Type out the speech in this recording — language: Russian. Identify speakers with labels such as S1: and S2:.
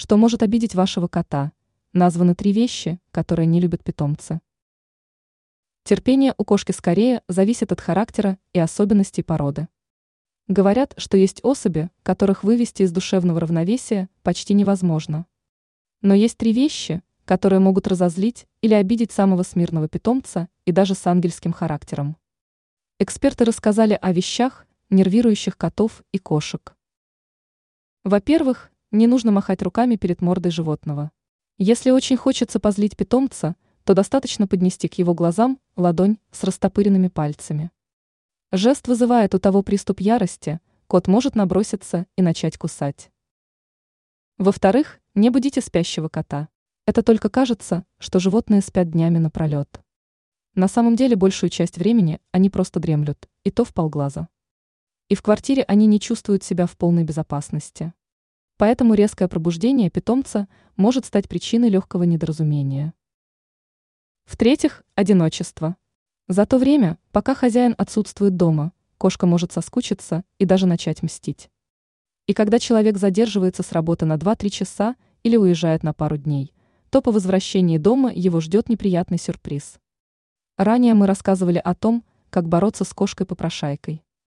S1: Что может обидеть вашего кота? Названы 3 вещи, которые не любят питомцы. Терпение у кошки скорее зависит от характера и особенностей породы. Говорят, что есть особи, которых вывести из душевного равновесия почти невозможно. Но есть 3 вещи, которые могут разозлить или обидеть самого смирного питомца и даже с ангельским характером. Эксперты рассказали о вещах, нервирующих котов и кошек. Во-первых, не нужно махать руками перед мордой животного. Если очень хочется позлить питомца, то достаточно поднести к его глазам ладонь с растопыренными пальцами. Жест вызывает у того приступ ярости, кот может наброситься и начать кусать. Во-вторых, не будите спящего кота. Это только кажется, что животные спят днями напролет. На самом деле большую часть времени они просто дремлют, и то вполглаза. И в квартире они не чувствуют себя в полной безопасности. Поэтому резкое пробуждение питомца может стать причиной легкого недоразумения. В-третьих, одиночество. За то время, пока хозяин отсутствует дома, кошка может соскучиться и даже начать мстить. И когда человек задерживается с работы на 2-3 часа или уезжает на пару дней, то по возвращении дома его ждет неприятный сюрприз. Ранее мы рассказывали о том, как бороться с кошкой-попрошайкой.